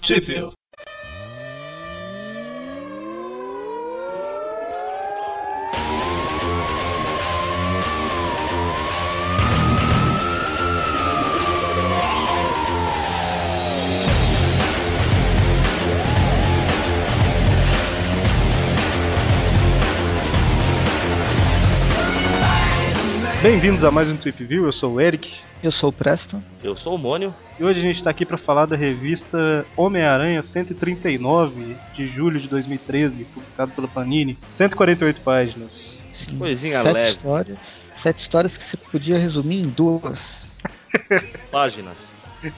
Sheffield. Bem-vindos a mais um Trip View, eu sou o Eric. Eu sou o Preston. Eu sou o Mônio. E hoje a gente está aqui para falar da revista Homem-Aranha 139, de julho de 2013, publicado pela Panini. 148 páginas. Sim, Coisinha leve. Sete histórias que você podia resumir em 2 páginas.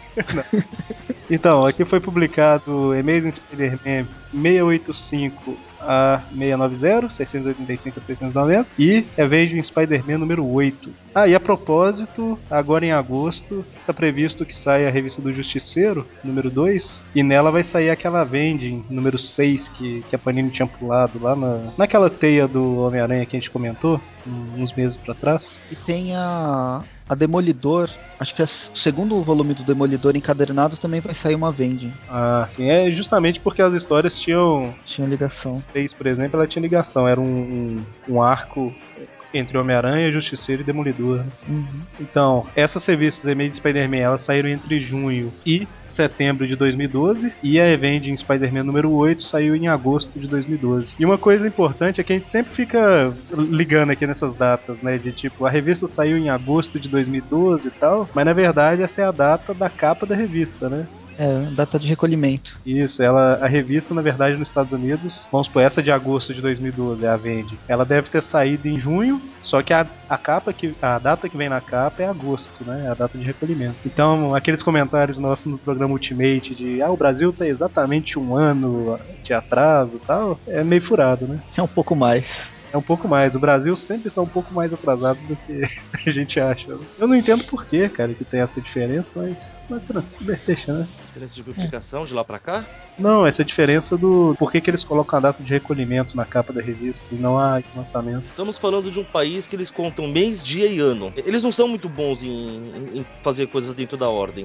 Então, aqui foi publicado Amazing Spider-Man 685 a 690, 685 a 690 e Avenging Spider-Man número 8. Ah, e a propósito, agora em agosto, está previsto que saia a revista do Justiceiro, número 2, e nela vai sair aquela Avenging número 6 que a Panini tinha pulado lá naquela teia do Homem-Aranha que a gente comentou uns meses pra trás. E tem a Demolidor, acho que o segundo volume do Demolidor encadernado também vai sair uma Avenging. Ah, sim, é justamente porque as histórias tinham ligação. 6, por exemplo, ela tinha ligação, era um arco entre Homem-Aranha, Justiceiro e Demolidor. Uhum. Então, essas revistas Amazing Spider-Man, elas saíram entre junho e setembro de 2012 e a Avenging Spider-Man número 8 saiu em agosto de 2012. E uma coisa importante é que a gente sempre fica ligando aqui nessas datas, né, de tipo, a revista saiu em agosto de 2012 e tal, mas na verdade essa é a data da capa da revista, né? É, data de recolhimento. Isso, a revista, na verdade, nos Estados Unidos, vamos supor, essa de agosto de 2012, a Vende, ela deve ter saído em junho, só que a data que vem na capa é agosto, né? É a data de recolhimento. Então, aqueles comentários nossos no programa Ultimate de o Brasil tá exatamente um ano de atraso e tal, é meio furado, né? É um pouco mais. É um pouco mais. O Brasil sempre está um pouco mais atrasado do que a gente acha. Eu não entendo por que, cara, que tem essa diferença, mas deixa, né? Diferença de publicação de lá pra cá? Não, essa diferença do por que eles colocam a data de recolhimento na capa da revista e não a de lançamento. Estamos falando de um país que eles contam mês, dia e ano. Eles não são muito bons em fazer coisas dentro da ordem.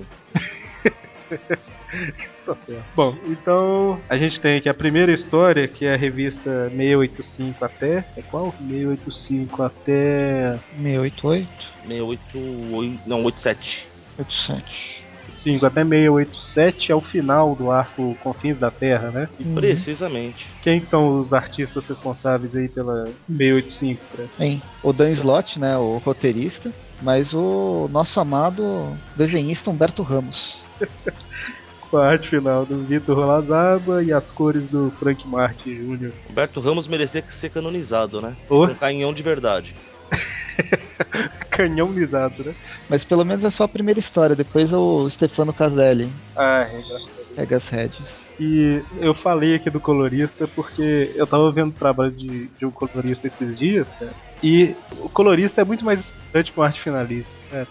Tá certo. Bom, então a gente tem aqui a primeira história, que é a revista 685 até. É qual? 685 até. 688? 688. Não, 87. 87. 5 até 687 é o final do arco Confins da Terra, né? E Precisamente. quem são os artistas responsáveis aí pela 685, Fred? Bem, o Dan Slott, né, o roteirista, mas o nosso amado desenhista Humberto Ramos. Com a arte final do Vitor Rolazaba e as cores do Frank Martin Jr. Humberto Ramos merecia ser canonizado, né? Oh. Um canhão de verdade. Canhãozado, né? Mas pelo menos é só a primeira história, depois é o Stefano Caselli. Pega as rédeas. E eu falei aqui do colorista porque eu tava vendo o trabalho de um colorista esses dias, cara. E o colorista é muito mais importante que o arte finalista, cara.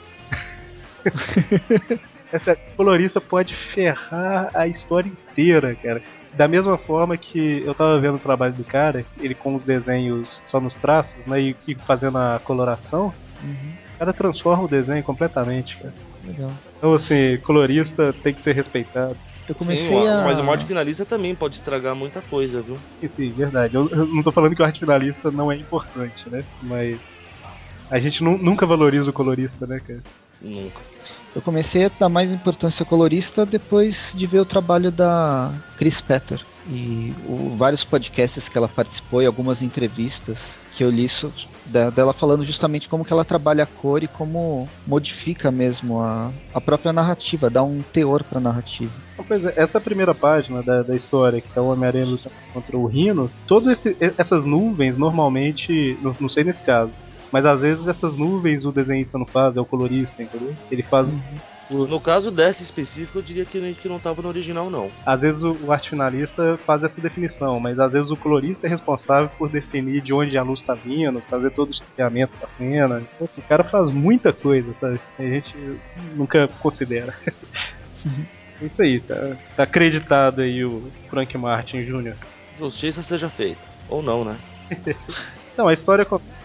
O colorista pode ferrar a história inteira, cara. Da mesma forma que eu tava vendo o trabalho do cara, ele com os desenhos só nos traços, né, e fazendo a coloração, o cara transforma o desenho completamente, cara. Legal. Então, assim, colorista tem que ser respeitado. Eu Sim, comecei mas o a. arte finalista também pode estragar muita coisa, viu? Sim, verdade. Eu não tô falando que o arte finalista não é importante, né? Mas a gente nunca valoriza o colorista, né, cara? Nunca. Eu comecei a dar mais importância ao colorista depois de ver o trabalho da Chris Petter. E vários podcasts que ela participou e algumas entrevistas que eu li dela falando justamente como que ela trabalha a cor e como modifica mesmo a própria narrativa, dá um teor para a narrativa. Pois é, essa primeira página da história, que tá o Homem-Aranha lutando contra o Rhino, todas essas nuvens, normalmente, não sei nesse caso, mas às vezes essas nuvens o desenhista não faz, é o colorista, entendeu? Ele faz. No caso dessa específica, eu diria que não estava no original, não. Às vezes o arte finalista faz essa definição, mas às vezes o colorista é responsável por definir de onde a luz está vindo, fazer todo o escaneamento da cena. Então, o cara faz muita coisa, sabe? A gente nunca considera. É isso aí, tá acreditado aí o Frank Martin Jr. Justiça seja feita. Ou não, né? Não, a história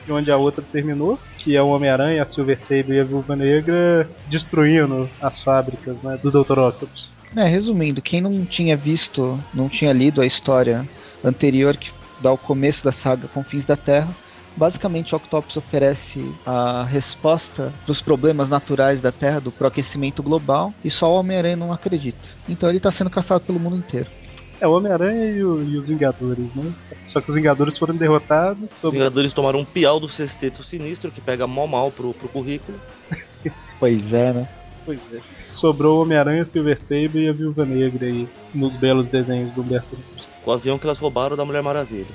de onde a outra terminou, que é o Homem-Aranha, a Silver Sable e a Viúva Negra destruindo as fábricas, né, do Dr. Octopus. Resumindo, quem não tinha visto, não tinha lido a história anterior que dá o começo da saga Confins da Terra, basicamente o Octopus oferece a resposta para os problemas naturais da Terra, do proaquecimento global, e só o Homem-Aranha não acredita. Então ele está sendo caçado pelo mundo inteiro. É o Homem-Aranha e os Vingadores, né? Só que os Vingadores foram derrotados. Os Vingadores tomaram um piau do Sexteto Sinistro, que pega mó mal pro currículo. Pois é, né? Pois é. Sobrou o Homem-Aranha, Silver Sable e a Viúva Negra aí, nos belos desenhos do Humberto Ramos. Com o avião que elas roubaram da Mulher Maravilha.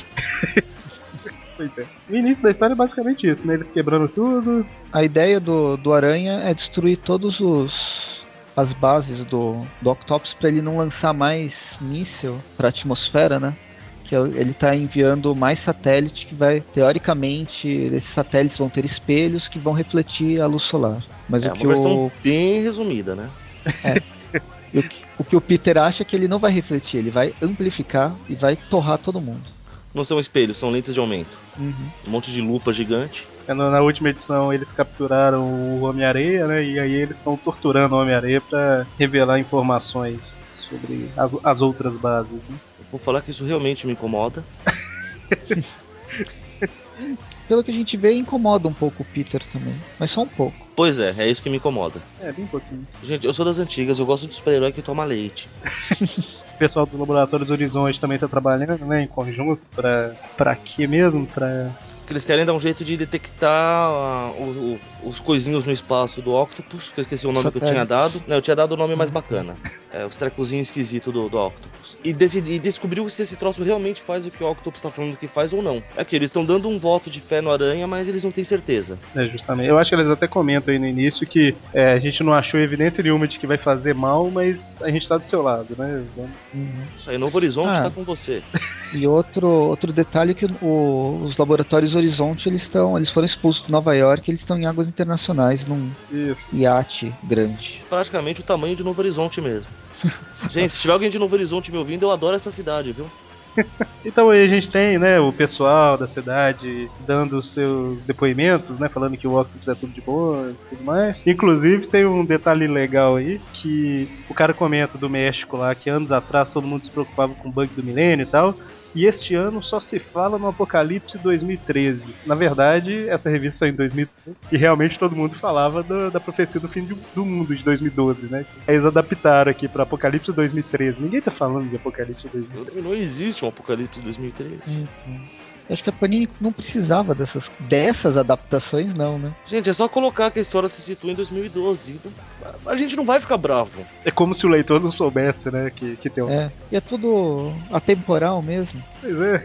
Pois é. O início da história é basicamente isso, né? Eles quebrando tudo. A ideia do Aranha é destruir todos as bases do Octopus para ele não lançar mais míssil para a atmosfera, né? Que ele está enviando mais satélite que vai, teoricamente, esses satélites vão ter espelhos que vão refletir a luz solar. Mas É uma versão bem resumida, né? é, o que o Peter acha é que ele não vai refletir, ele vai amplificar e vai torrar todo mundo. Não são espelhos, são lentes de aumento. Uhum. Um monte de lupa gigante. Na última edição eles capturaram o Homem-Areia, né? E aí eles estão torturando o Homem-Areia para revelar informações sobre as outras bases, né? Eu vou falar que isso realmente me incomoda. Pelo que a gente vê, incomoda um pouco o Peter também, mas só um pouco. Pois é isso que me incomoda. É, bem pouquinho. Gente, eu sou das antigas, eu gosto de super-herói que toma leite. O pessoal dos Laboratórios Horizonte também está trabalhando, né? Em conjunto para quê mesmo? Para Que eles querem dar um jeito de detectar os coisinhos no espaço do Octopus, que eu esqueci o nome que eu tinha Satélites. dado. Não, eu tinha dado o nome mais bacana. Os trecozinhos esquisitos do Octopus. E descobriu se esse troço realmente faz o que o Octopus tá falando que faz ou não. É que eles estão dando um voto de fé no Aranha, mas eles não têm certeza. justamente. Eu acho que eles até comentam aí no início que a gente não achou evidência nenhuma de que vai fazer mal, mas a gente está do seu lado, né? Uhum. Isso aí, Novo Horizonte tá Ah, com você. e outro detalhe é que os laboratórios Horizonte eles foram expulsos de Nova York, eles estão em águas internacionais, num Isso. iate grande. Praticamente o tamanho de Novo Horizonte mesmo. Gente, se tiver alguém de Novo Horizonte me ouvindo, eu adoro essa cidade, viu? Então aí a gente tem, né, o pessoal da cidade dando os seus depoimentos, né, falando que o Octopus é tudo de boa e tudo mais. Inclusive tem um detalhe legal aí, que o cara comenta do México lá, que anos atrás todo mundo se preocupava com o bug do milênio e tal, e este ano só se fala no Apocalipse 2013. Na verdade, essa revista saiu em 2012 e realmente todo mundo falava da profecia do fim do mundo de 2012, né? Aí eles adaptaram aqui para Apocalipse 2013. Ninguém tá falando de Apocalipse 2013. Não existe um Apocalipse 2013. Eu acho que a Panini não precisava dessas adaptações, não, né? Gente, é só colocar que a história se situa em 2012. A gente não vai ficar bravo. É como se o leitor não soubesse, né, que tem um... E é tudo atemporal mesmo. Pois é.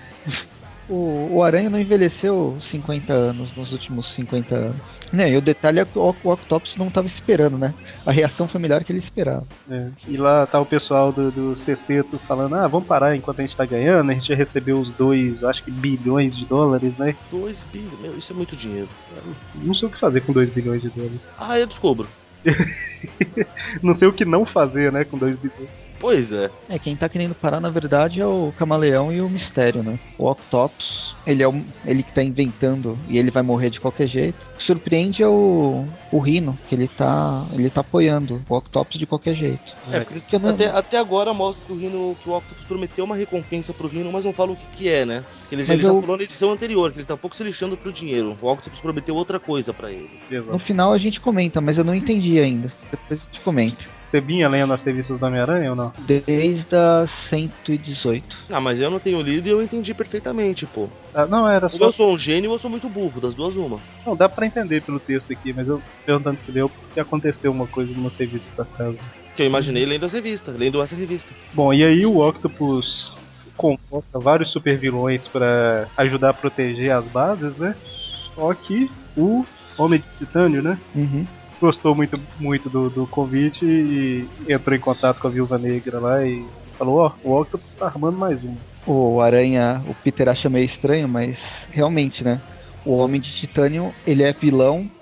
O Aranha não envelheceu 50 anos nos últimos 50 anos. Né, e o detalhe é que o Octopus não estava esperando, né? A reação foi melhor que ele esperava. E lá tá o pessoal do sexteto falando, vamos parar enquanto a gente tá ganhando, a gente já recebeu os dois, acho que bilhões de dólares, né? 2 bilhões, meu, isso é muito dinheiro. Não sei o que fazer com 2 bilhões de dólares. Ah, eu descubro. Não sei o que não fazer, né, com 2 bilhões. Pois é. Quem tá querendo parar, na verdade, é o Camaleão e o Mistério, né? O Octopus, ele que tá inventando e ele vai morrer de qualquer jeito. O que surpreende é o Rhino, que ele tá apoiando o Octopus de qualquer jeito. É, porque Que eu não, até agora mostra que que o Octopus prometeu uma recompensa pro Rhino, mas não fala o que é, né? Que ele mas já eu, falou na edição anterior, que ele tá um pouco se lixando pro dinheiro. O Octopus prometeu outra coisa pra ele. no Exato. final a gente comenta, mas eu não entendi ainda. Depois a gente comenta. Você vinha lendo as revistas do Homem-Aranha ou não? Desde a 118. Ah, mas eu não tenho lido e eu entendi perfeitamente, pô. Não, era Ou só... eu sou um gênio ou eu sou muito burro, das duas uma. Não, dá pra entender pelo texto aqui, mas eu perguntando se leu porque aconteceu uma coisa numa revistas atrás. Que eu imaginei lendo as revistas, lendo essa revista. Bom, e aí o Octopus convoca vários supervilões para ajudar a proteger as bases, né? Só que o Homem de Titânio, né? Uhum. Gostou muito do convite e entrou em contato com a Viúva Negra lá e falou: o Octopus tá armando mais uma. O Aranha, o Peter acha meio estranho, mas realmente, né? O Homem de Titânio, ele é vilão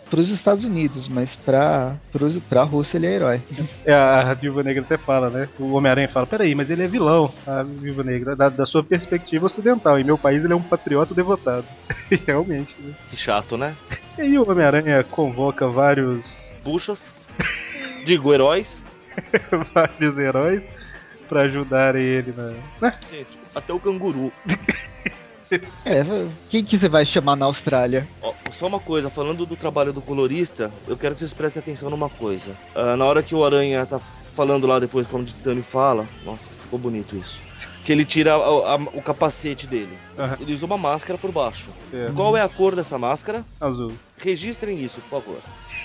pros Estados Unidos, mas pra Rússia ele é herói. A Viúva Negra até fala, né? O Homem-Aranha fala, peraí, mas ele é vilão, a Viúva Negra, da sua perspectiva ocidental. Em meu país ele é um patriota devotado. E realmente, né? Que chato, né? E aí o Homem-Aranha convoca Buchas. Digo, heróis. vários heróis pra ajudarem ele né? Gente, até o canguru. É, quem que você vai chamar na Austrália? Ó, só uma coisa, falando do trabalho do colorista, eu quero que vocês prestem atenção numa coisa. Na hora que o Aranha tá falando lá depois, como o de Titânio fala, nossa, ficou bonito isso. Que ele tira o capacete dele. Aham. Ele usa uma máscara por baixo. É, Qual é a cor dessa máscara? azul. Registrem isso, por favor.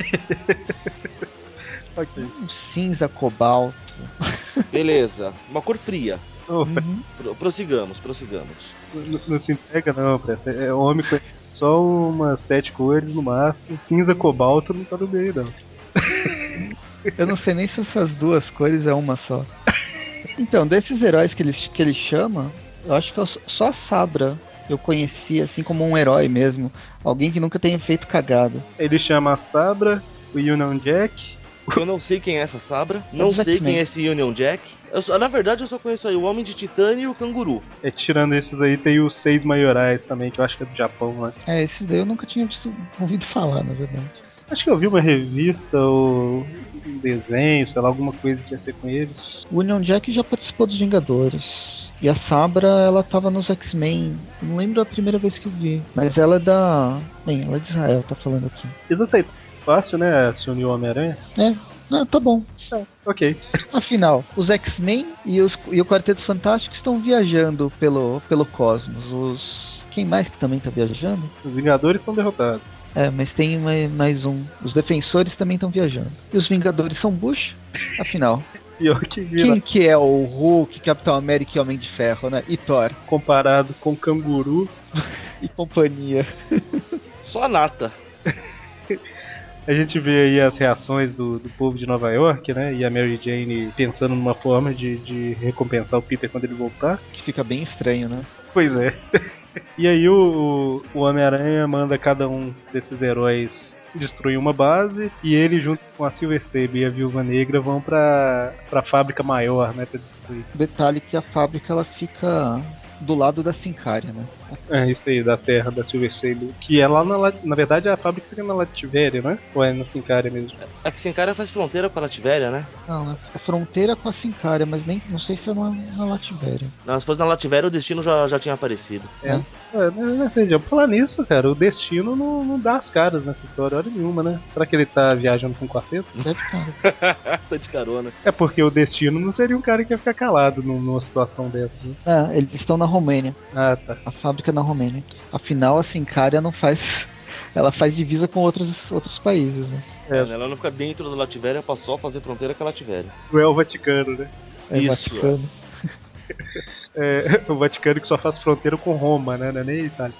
Ok. Um cinza cobalto. Beleza, uma cor fria. Ô, Uhum. Prossigamos. não se entrega não, Presta. É homem com só umas 7 cores no máximo. Cinza cobalto não tá no meio, não. Eu não sei nem se essas duas cores é uma só. Então, desses heróis que ele chama, eu acho que só a Sabra eu conheci assim como um herói mesmo. Alguém que nunca tenha feito cagada. Ele chama a Sabra, o Union Jack. Eu não sei quem é essa Sabra, É não dos sei quem X-Men. é esse Union Jack. Na verdade, eu só conheço aí o Homem de Titânio e o Canguru. Tirando esses aí, tem os 6 maiorais também, que eu acho que é do Japão, né? É, esses daí eu nunca tinha ouvido falar, na verdade. Acho que eu vi uma revista ou um desenho, sei lá, alguma coisa que ia ser com eles. O Union Jack já participou dos Vingadores. E a Sabra, ela tava nos X-Men. Não lembro a primeira vez que eu vi. Mas ela é da. Bem, ela é de Israel, tá falando aqui. Eles aceitam fácil, né? Se uniu ao Homem-Aranha. É, tá bom. Ok. Afinal, os X-Men e o Quarteto Fantástico estão viajando pelo cosmos. Quem mais que também tá viajando? Os Vingadores estão derrotados. É, mas tem mais um. Os Defensores também estão viajando. E os Vingadores são Bush? Afinal, Pior que vira quem que é o Hulk, Capitão América e Homem de Ferro, né? E Thor comparado com Canguru. e companhia. Só a nata. A gente vê aí as reações do povo de Nova York, né? E a Mary Jane pensando numa forma de recompensar o Peter quando ele voltar. Que fica bem estranho, né? Pois é. E aí o Homem-Aranha manda cada um desses heróis destruir uma base e ele junto com a Silver Sable e a Viúva Negra vão pra fábrica maior, né, pra destruir. Detalhe que a fábrica ela fica do lado da Sincária, né? É isso aí, da terra da Silver Sable, que é lá na verdade a fábrica fica na Lativéria, né? Ou é na Sincária mesmo? A que Sincara faz fronteira com a Lativéria, né? Não, é fronteira com a Sincária, mas nem não sei se é na Lativéria. Não, se fosse na Lativéria, o destino já tinha aparecido. É. Não sei, já falar nisso, cara, o destino não dá as caras nessa história, hora nenhuma, né? Será que ele tá viajando com o quarteto? Deve estar. Tá de carona. É porque o destino não seria um cara que ia ficar calado numa situação dessa, né? É, eles estão na Romênia. Ah, tá. A fábrica é na Romênia. Afinal, a Sincária não faz. Ela faz divisa com outros países, né? É, Né? Ela não fica dentro da Lativéria pra só fazer fronteira com a Lativéria. não é o Vaticano, né? É Isso. Vaticano. É o Vaticano que só faz fronteira com Roma, né? Não é nem Itália.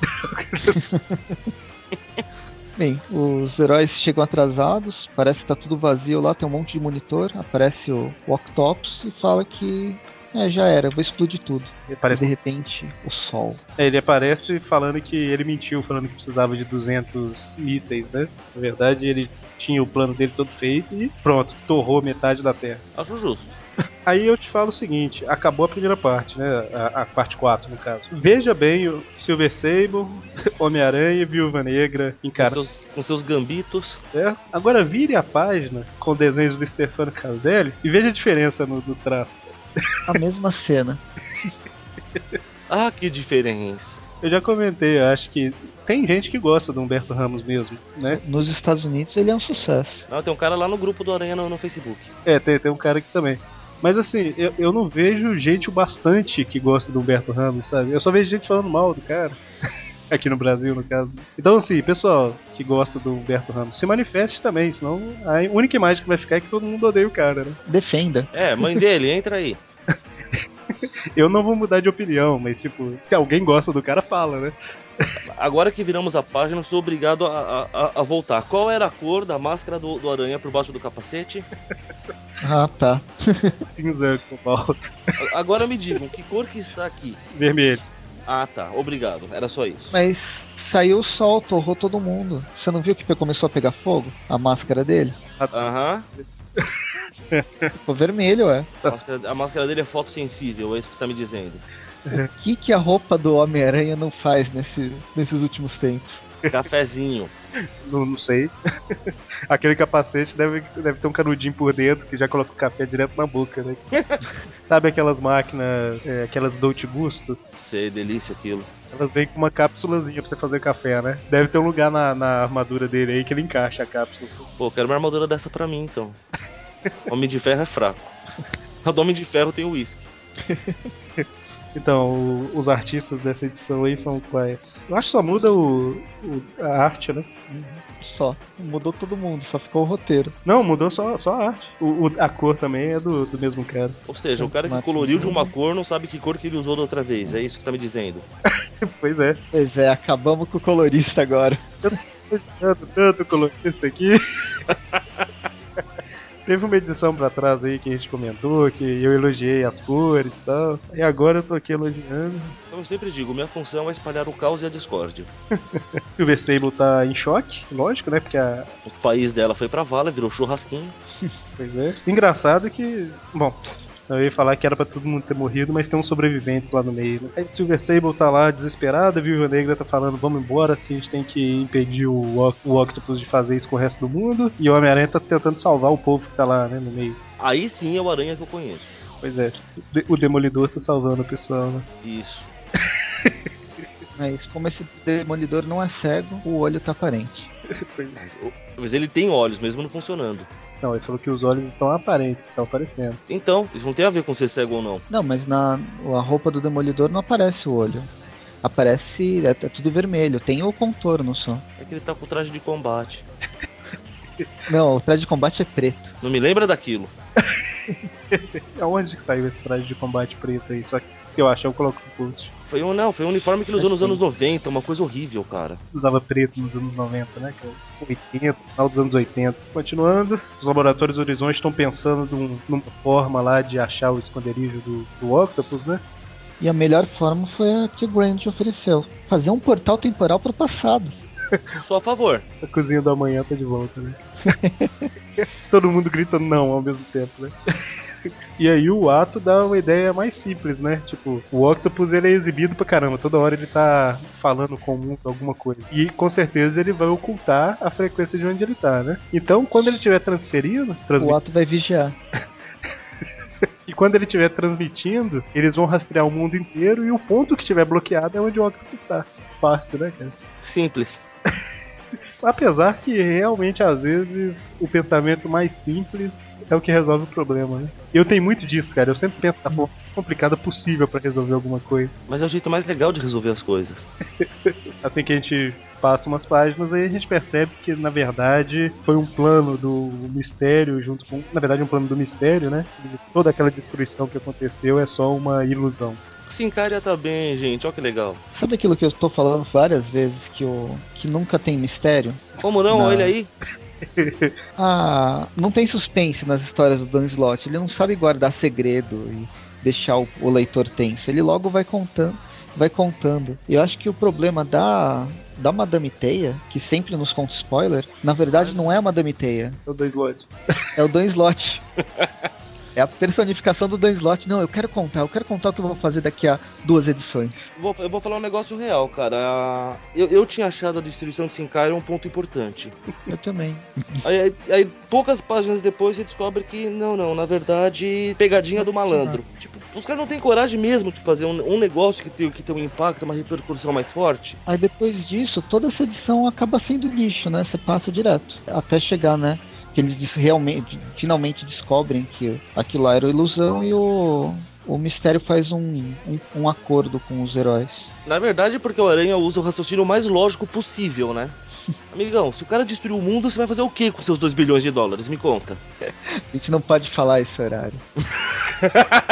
Bem, os heróis chegam atrasados, parece que tá tudo vazio lá, tem um monte de monitor, aparece o Octopus e fala que já era, vou explodir tudo. Ele, E de parece, repente, o sol. ele aparece falando que ele mentiu, falando que precisava de 200 mísseis, né? Na verdade, ele tinha o plano dele todo feito e pronto, torrou metade da Terra. Acho justo. Aí eu te falo o seguinte, acabou a primeira parte, né? A parte 4 no caso. Veja bem o Silver Sable, Homem-Aranha e Viúva Negra Com encarando. seus gambitos. Certo? Agora vire a página com desenhos do Stefano Caselli e veja a diferença no traço. A mesma cena. Ah, que diferença. Eu já comentei, eu acho que tem gente que gosta do Humberto Ramos mesmo, né? Nos Estados Unidos ele é um sucesso. Não, tem um cara lá no grupo do Aranha no Facebook. É, tem um cara aqui também. Mas assim, eu não vejo gente o bastante que gosta do Humberto Ramos, sabe? Eu só vejo gente falando mal do cara. Aqui no Brasil, no caso. Então, assim, pessoal que gosta do Humberto Ramos, se manifeste também, senão a única imagem que vai ficar é que todo mundo odeia o cara, né? Defenda. É, mãe dele, entra aí. Eu não vou mudar de opinião, mas, tipo, se alguém gosta do cara, fala, né? Agora que viramos a página, eu sou obrigado a voltar. Qual era a cor da máscara do Aranha por baixo do capacete? Ah, tá. Cinza, cobalto, Agora me digam, que cor que está aqui? vermelho. Ah, tá. Obrigado. Era só isso. Mas saiu o sol, torrou todo mundo. Você não viu que começou a pegar fogo? A máscara dele? Aham. Ficou vermelho, é. A máscara dele é fotossensível, é isso que você tá me dizendo. O que a roupa do Homem-Aranha não faz nesses últimos tempos? Cafezinho. Não sei. Aquele capacete deve ter um canudinho por dentro que já coloca o café direto na boca, né? Sabe aquelas máquinas, aquelas Dolce Gusto? Sei, delícia aquilo. Elas vêm com uma cápsulazinha pra você fazer café, né? Deve ter um lugar na armadura dele aí que ele encaixa a cápsula. Pô, quero uma armadura dessa pra mim, então. Homem de Ferro é fraco. A do Homem de Ferro tem o uísque. Então, os artistas dessa edição aí são quais? Eu acho que só muda a arte, né? Só. Mudou todo mundo, só ficou o roteiro. Não, mudou só a arte. A cor também é do mesmo cara. Ou seja, o Frank cara que Martin coloriu de uma Jr. cor não sabe que cor que ele usou da outra vez. É isso que você tá me dizendo. Pois é. Pois é, acabamos com o colorista agora. Eu tô tanto colorista aqui. Teve uma edição pra trás aí que a gente comentou, que eu elogiei as cores e tal. E agora eu tô aqui elogiando. Como eu sempre digo, minha função é espalhar o caos e a discórdia. Silver Sable tá em choque, lógico, né? Porque O país dela foi pra vala, virou churrasquinho. Pois é. Engraçado que. Bom, eu ia falar que era pra todo mundo ter morrido, mas tem uns sobreviventes lá no meio, né? Aí Silver Sable tá lá desesperada, a Viúva Negra tá falando, vamos embora, que a gente tem que impedir o Octopus de fazer isso com o resto do mundo. E o Homem-Aranha tá tentando salvar o povo que tá lá, né, no meio. Aí sim é o aranha que eu conheço. Pois é, o Demolidor tá salvando o pessoal, né? Isso. Mas como esse demolidor não é cego, o olho tá aparente. Pois é. Mas ele tem olhos, mesmo não funcionando. Não, ele falou que os olhos estão aparentes, estão aparecendo. Então, isso não tem a ver com ser cego ou não. Não, mas a roupa do demolidor não aparece o olho. Aparece. É tudo vermelho. Tem o contorno só. É que ele tá com traje de combate. Não, o traje de combate é preto. Não me lembra daquilo. Aonde que saiu esse traje de combate preto aí? Só que se eu achar, eu coloco no post. Foi um uniforme que ele É usou nos anos sim. 90, uma coisa horrível, cara. Usava preto nos anos 90, né, cara? 80, final dos anos 80. Continuando, os laboratórios Horizonte estão pensando numa forma lá de achar o esconderijo do Octopus, né? E a melhor forma foi a que o Grant ofereceu. Fazer um portal temporal para o passado. Sou a favor. A cozinha do amanhã tá de volta, né? Todo mundo grita não ao mesmo tempo, né? E aí o ato dá uma ideia mais simples, né? Tipo, o Octopus ele é exibido pra caramba, toda hora ele tá falando com o mundo alguma coisa. E com certeza ele vai ocultar a frequência de onde ele tá, né? Então, quando ele estiver transferindo, O ato vai vigiar. e quando ele estiver transmitindo, eles vão rastrear o mundo inteiro e o ponto que estiver bloqueado é onde o Octopus tá. Fácil, né, cara? Simples. Apesar que realmente às vezes o pensamento mais simples é o que resolve o problema, né? E eu tenho muito disso, cara. Eu sempre penso da forma mais complicada possível pra resolver alguma coisa. Mas é o jeito mais legal de resolver as coisas. Assim que a gente passa umas páginas, aí a gente percebe que na verdade foi um plano do mistério junto com. Na verdade, um plano do mistério, né? E toda aquela destruição que aconteceu é só uma ilusão. Sincária tá bem, gente. Olha que legal. Sabe aquilo que eu tô falando várias vezes, que nunca tem mistério? Como não? Olha Na, aí. não tem suspense nas histórias do Dan Slott. Ele não sabe guardar segredo e deixar o leitor tenso. Ele logo vai contando, vai contando. Eu acho que o problema da Madame Teia, que sempre nos conta spoiler, na verdade não é a Madame Teia, É o dois lotes. é o Dan Slott. É a personificação do Dan Slott. Não, eu quero contar o que eu vou fazer daqui a 2 edições. Eu vou falar um negócio real, cara. Eu tinha achado a destruição de Sincária um ponto importante. Eu também. Aí, poucas páginas depois você descobre que, não, na verdade, pegadinha do malandro. Tipo, os caras não têm coragem mesmo de fazer um negócio que tem um impacto, uma repercussão mais forte. Aí depois disso, toda essa edição acaba sendo lixo, né? Você passa direto. Até chegar, né? Que eles realmente, finalmente descobrem que aquilo lá era ilusão e o Mistério faz um acordo com os heróis. Na verdade, porque o Aranha usa o raciocínio mais lógico possível, né? Amigão, se o cara destruir o mundo, você vai fazer o quê com seus 2 bilhões de dólares? Me conta. A gente não pode falar esse horário.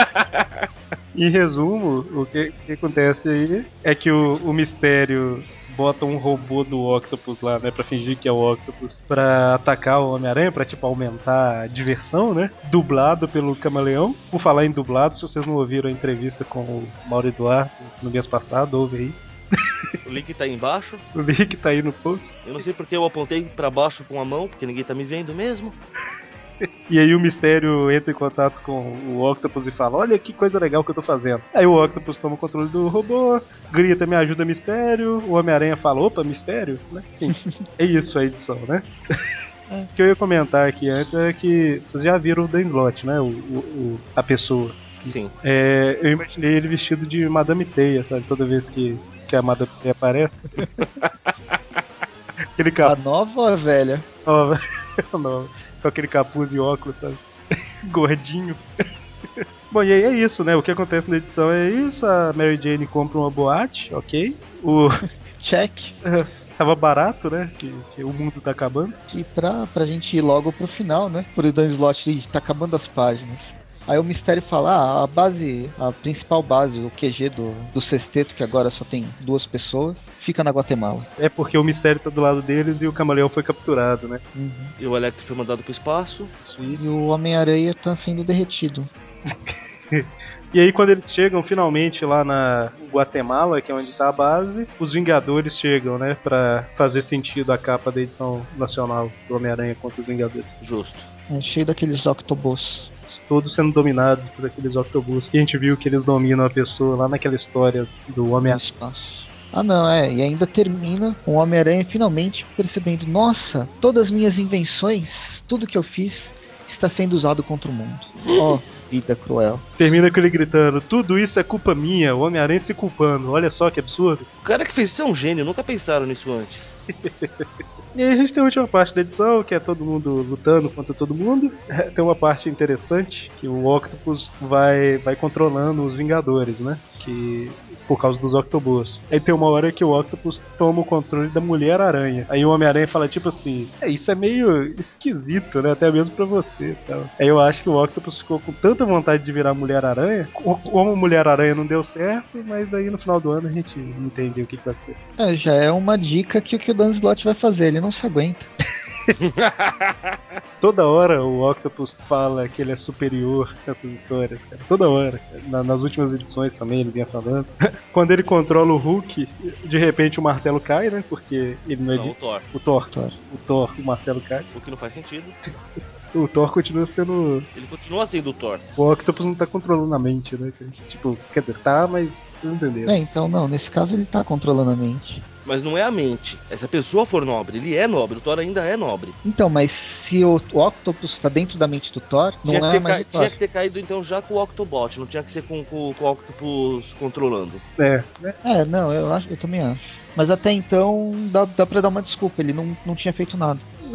Em resumo, o que acontece aí é que o mistério botam um robô do Octopus lá, né, pra fingir que é o Octopus, pra atacar o Homem-Aranha, pra, tipo, aumentar a diversão, né, dublado pelo Camaleão. Por falar em dublado, se vocês não ouviram a entrevista com o Mauro Eduardo no mês passado, ouve aí. O link tá aí embaixo. O link tá aí no post. Eu não sei porque eu apontei pra baixo com a mão, porque ninguém tá me vendo mesmo. E aí o Mistério entra em contato com o Octopus e fala: olha que coisa legal que eu tô fazendo. Aí o Octopus toma o controle do robô, grita: me ajuda, Mistério. O Homem-Aranha fala: opa, Mistério? Né? Sim, é isso a edição, né? É. O que eu ia comentar aqui antes é que vocês já viram o Dan Slott, né? A pessoa. Sim. Eu imaginei ele vestido de Madame Teia, sabe? Toda vez que a Madame Teia aparece. Aquele A capuz, nova ou a velha? não, com aquele capuz e óculos, sabe? Gordinho. Bom, e aí é isso, né? O que acontece na edição é isso. A Mary Jane compra uma boate, ok. O Check. tava barato, né? Que o mundo tá acabando. E pra gente ir logo pro final, né? Por o Dan Slott tá acabando as páginas. Aí o Mistério fala, a principal base, o QG do sexteto, que agora só tem 2 pessoas, fica na Guatemala. É porque o mistério tá do lado deles e o camaleão foi capturado, né? Uhum. E o Electro foi mandado pro espaço. Isso, E isso. o Homem-Aranha tá sendo derretido. E aí, quando eles chegam finalmente lá na Guatemala, que é onde tá a base, os Vingadores chegam, né? Pra fazer sentido a capa da edição nacional do Homem-Aranha contra os Vingadores. Justo. É cheio daqueles Octobos Todos sendo dominados por aqueles Octobus, que a gente viu que eles dominam a pessoa lá naquela história do no Homem-Aranha. espaço. Ah, não, e ainda termina com o Homem-Aranha finalmente percebendo: nossa, todas as minhas invenções, tudo que eu fiz, está sendo usado contra o mundo. Oh, vida cruel. Termina com ele gritando: tudo isso é culpa minha, o Homem-Aranha se culpando, olha só que absurdo. O cara que fez isso é um gênio, nunca pensaram nisso antes. E aí a gente tem a última parte da edição, que é todo mundo lutando contra todo mundo. Tem uma parte interessante, que o Octopus vai controlando os Vingadores, né? Que por causa dos Octobus. Aí tem uma hora que o Octopus toma o controle da Mulher-Aranha. Aí o Homem-Aranha fala tipo assim: isso é meio esquisito, né? Até mesmo pra você, tal. Aí eu acho que o Octopus ficou com tanta vontade de virar Mulher-Aranha, como Mulher-Aranha não deu certo, mas aí no final do ano a gente entende o que vai ser. Já é uma dica que o que o Dan Slott vai fazer, ele não se aguenta. Toda hora o Octopus fala que ele é superior nessas histórias, cara. Toda hora. Nas últimas edições também ele vinha falando. Quando ele controla o Hulk, de repente o martelo cai, né? Porque ele não é Não, de. o Thor. O Thor. Thor. O Thor, o martelo cai. O que não faz sentido. O Thor continua sendo. Ele continua sendo o Thor. O Octopus não tá controlando a mente, né? Tipo, quer dizer, tá, mas vocês entenderam. Então não, nesse caso ele tá controlando a mente. Mas não é a mente. Se a pessoa for nobre, ele é nobre. O Thor ainda é nobre. Então, mas se o Octopus tá dentro da mente do Thor, não é mais o Tinha Thor. que ter caído então já com o Octobot. Não tinha que ser com o Octopus controlando. É, né? Não, eu também acho. Mas até então dá pra dar uma desculpa, ele não tinha feito nada.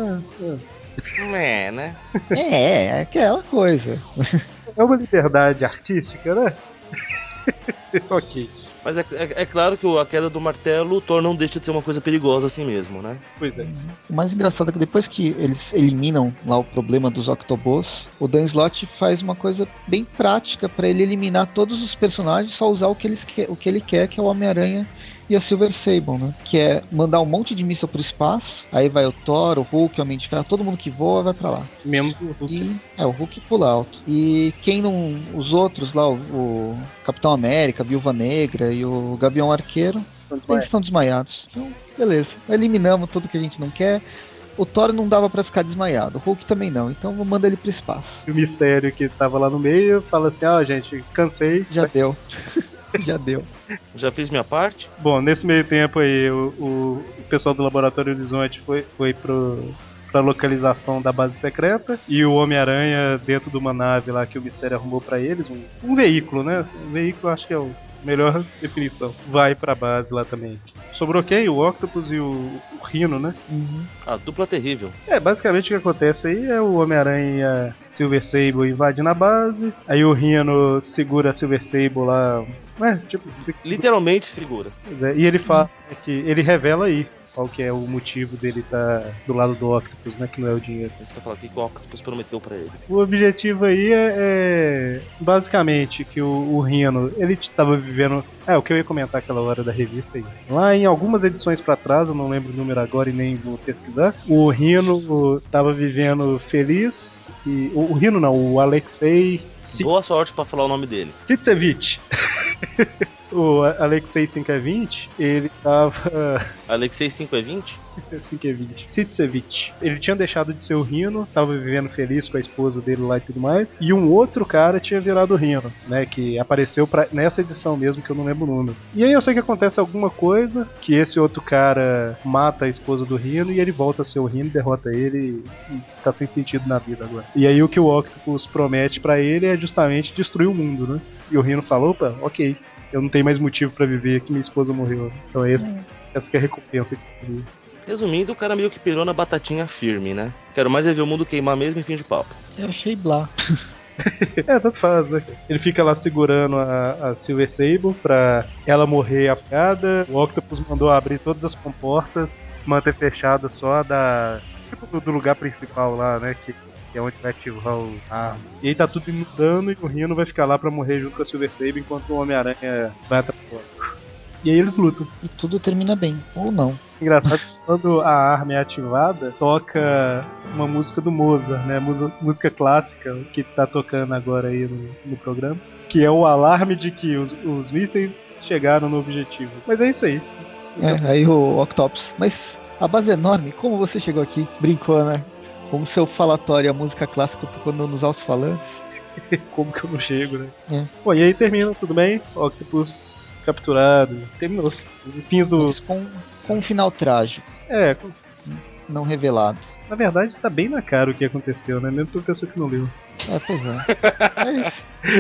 É, né? É aquela coisa. É uma liberdade artística, né? Ok. Mas é claro que a queda do martelo, o Thor não deixa de ser uma coisa perigosa assim mesmo, né? Pois é. O mais engraçado é que depois que eles eliminam lá o problema dos Octobos, o Dan Slott faz uma coisa bem prática pra ele eliminar todos os personagens, só usar o que ele quer, que é o Homem-Aranha e a Silver Sable, né? Que é mandar um monte de míssil pro espaço, aí vai o Thor, o Hulk, o Homem de Ferro, todo mundo que voa vai pra lá. Menos o Hulk. E o Hulk pula alto. E quem não. Os outros lá, o Capitão América, a Viúva Negra e o Gavião Arqueiro, eles estão desmaiados. Então, beleza. Eliminamos tudo que a gente não quer. O Thor não dava pra ficar desmaiado. O Hulk também não. Então vou mandar ele pro espaço. E o mistério que tava lá no meio fala assim: ó, gente, cansei. Já deu. Já deu. Já fiz minha parte. Bom, nesse meio tempo aí, o pessoal do Laboratório Horizonte foi pra localização da base secreta e o Homem-Aranha dentro de uma nave lá que o Mistério arrumou pra eles, um veículo, né? Um veículo acho que é o melhor definição. Vai pra base lá também. Sobrou quem? O Octopus e o Rhino, né? Uhum. A dupla terrível. Basicamente o que acontece aí é o Homem-Aranha e a Silver Sable invadindo a base, aí o Rhino segura a Silver Sable lá, tipo, Literalmente segura. pois é, e ele fala, né, que ele revela aí. qual que é o motivo dele estar do lado do Octopus, né? Que não é o dinheiro. Isso que eu falo, o que o Octopus prometeu pra ele? O objetivo aí é basicamente que o Rhino, ele estava vivendo. O que eu ia comentar aquela hora da revista é isso. Lá em algumas edições pra trás, eu não lembro o número agora e nem vou pesquisar, o Rhino estava vivendo feliz. E, o Rhino não, o Alexei Boa sorte pra falar o nome dele. Sitsevich. O Alexei 520, ele tava. Alexei 5 é 20? 520. Sitsevich. Ele tinha deixado de ser o Rhino, tava vivendo feliz com a esposa dele lá e tudo mais. E um outro cara tinha virado o Rhino, né? Que apareceu nessa edição mesmo, que eu não lembro o número. E aí eu sei que acontece alguma coisa, que esse outro cara mata a esposa do Rhino e ele volta a ser o Rhino, derrota ele e tá sem sentido na vida agora. E aí o que o Octopus promete pra ele é justamente destruir o mundo, né? E o Rhino falou, opa, ok. Eu não tenho mais motivo pra viver, que minha esposa morreu. Então é essa que é a recompensa que eu queria. Resumindo, o cara meio que pirou na batatinha firme, né? Quero mais é ver o mundo queimar mesmo e fim de papo. Eu achei blá. Tanto faz, né? Ele fica lá segurando a Silver Sable pra ela morrer afogada. O Octopus mandou abrir todas as comportas, manter fechada só da. Tipo, do lugar principal lá, né? Que é onde vai ativar a arma. E aí tá tudo inundando e o Rhino vai ficar lá pra morrer junto com a Silver Sable enquanto o Homem-Aranha vai atrás do Octopus. E aí eles lutam. E tudo termina bem, ou não. Engraçado que quando a arma é ativada, toca uma música do Mozart, né? Música clássica que tá tocando agora aí no programa. Que é o alarme de que os mísseis chegaram no objetivo. Mas é isso aí. Então, Aí o Octopus. Mas a base é enorme, como você chegou aqui? Brincou, né? Como seu falatório, a música clássica tocando nos alto-falantes. como que eu não chego, né? É, Bom, e aí termina, tudo bem? Octopus capturado. Terminou. Fins do. mas com um final trágico, É, não revelado. na verdade tá bem na cara o que aconteceu, né? Mesmo pra pessoa que não leu. Pois é. Mas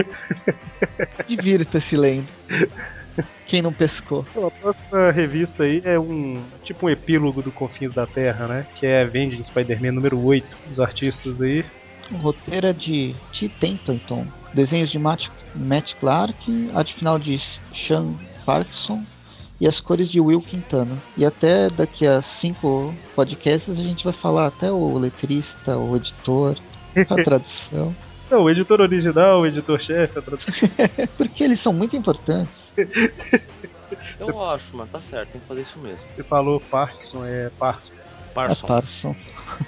divirta-se lendo. Quem não pescou? Bom, a próxima revista aí é tipo um epílogo do Confins da Terra, né? Que é Avenging Spider-Man número 8. Os artistas aí. O roteiro é de T. Templeton, desenhos de Matt Clark, arte final de Sean Parkinson e as cores de Will Quintana. E até daqui a 5 podcasts a gente vai falar até o letrista, o editor, a tradução. Não, o editor original, o editor-chefe, a tradução. Porque eles são muito importantes. Eu acho, mano, tá certo, tem que fazer isso mesmo. Você falou Parkinson, é Parson. É Parson. Parson.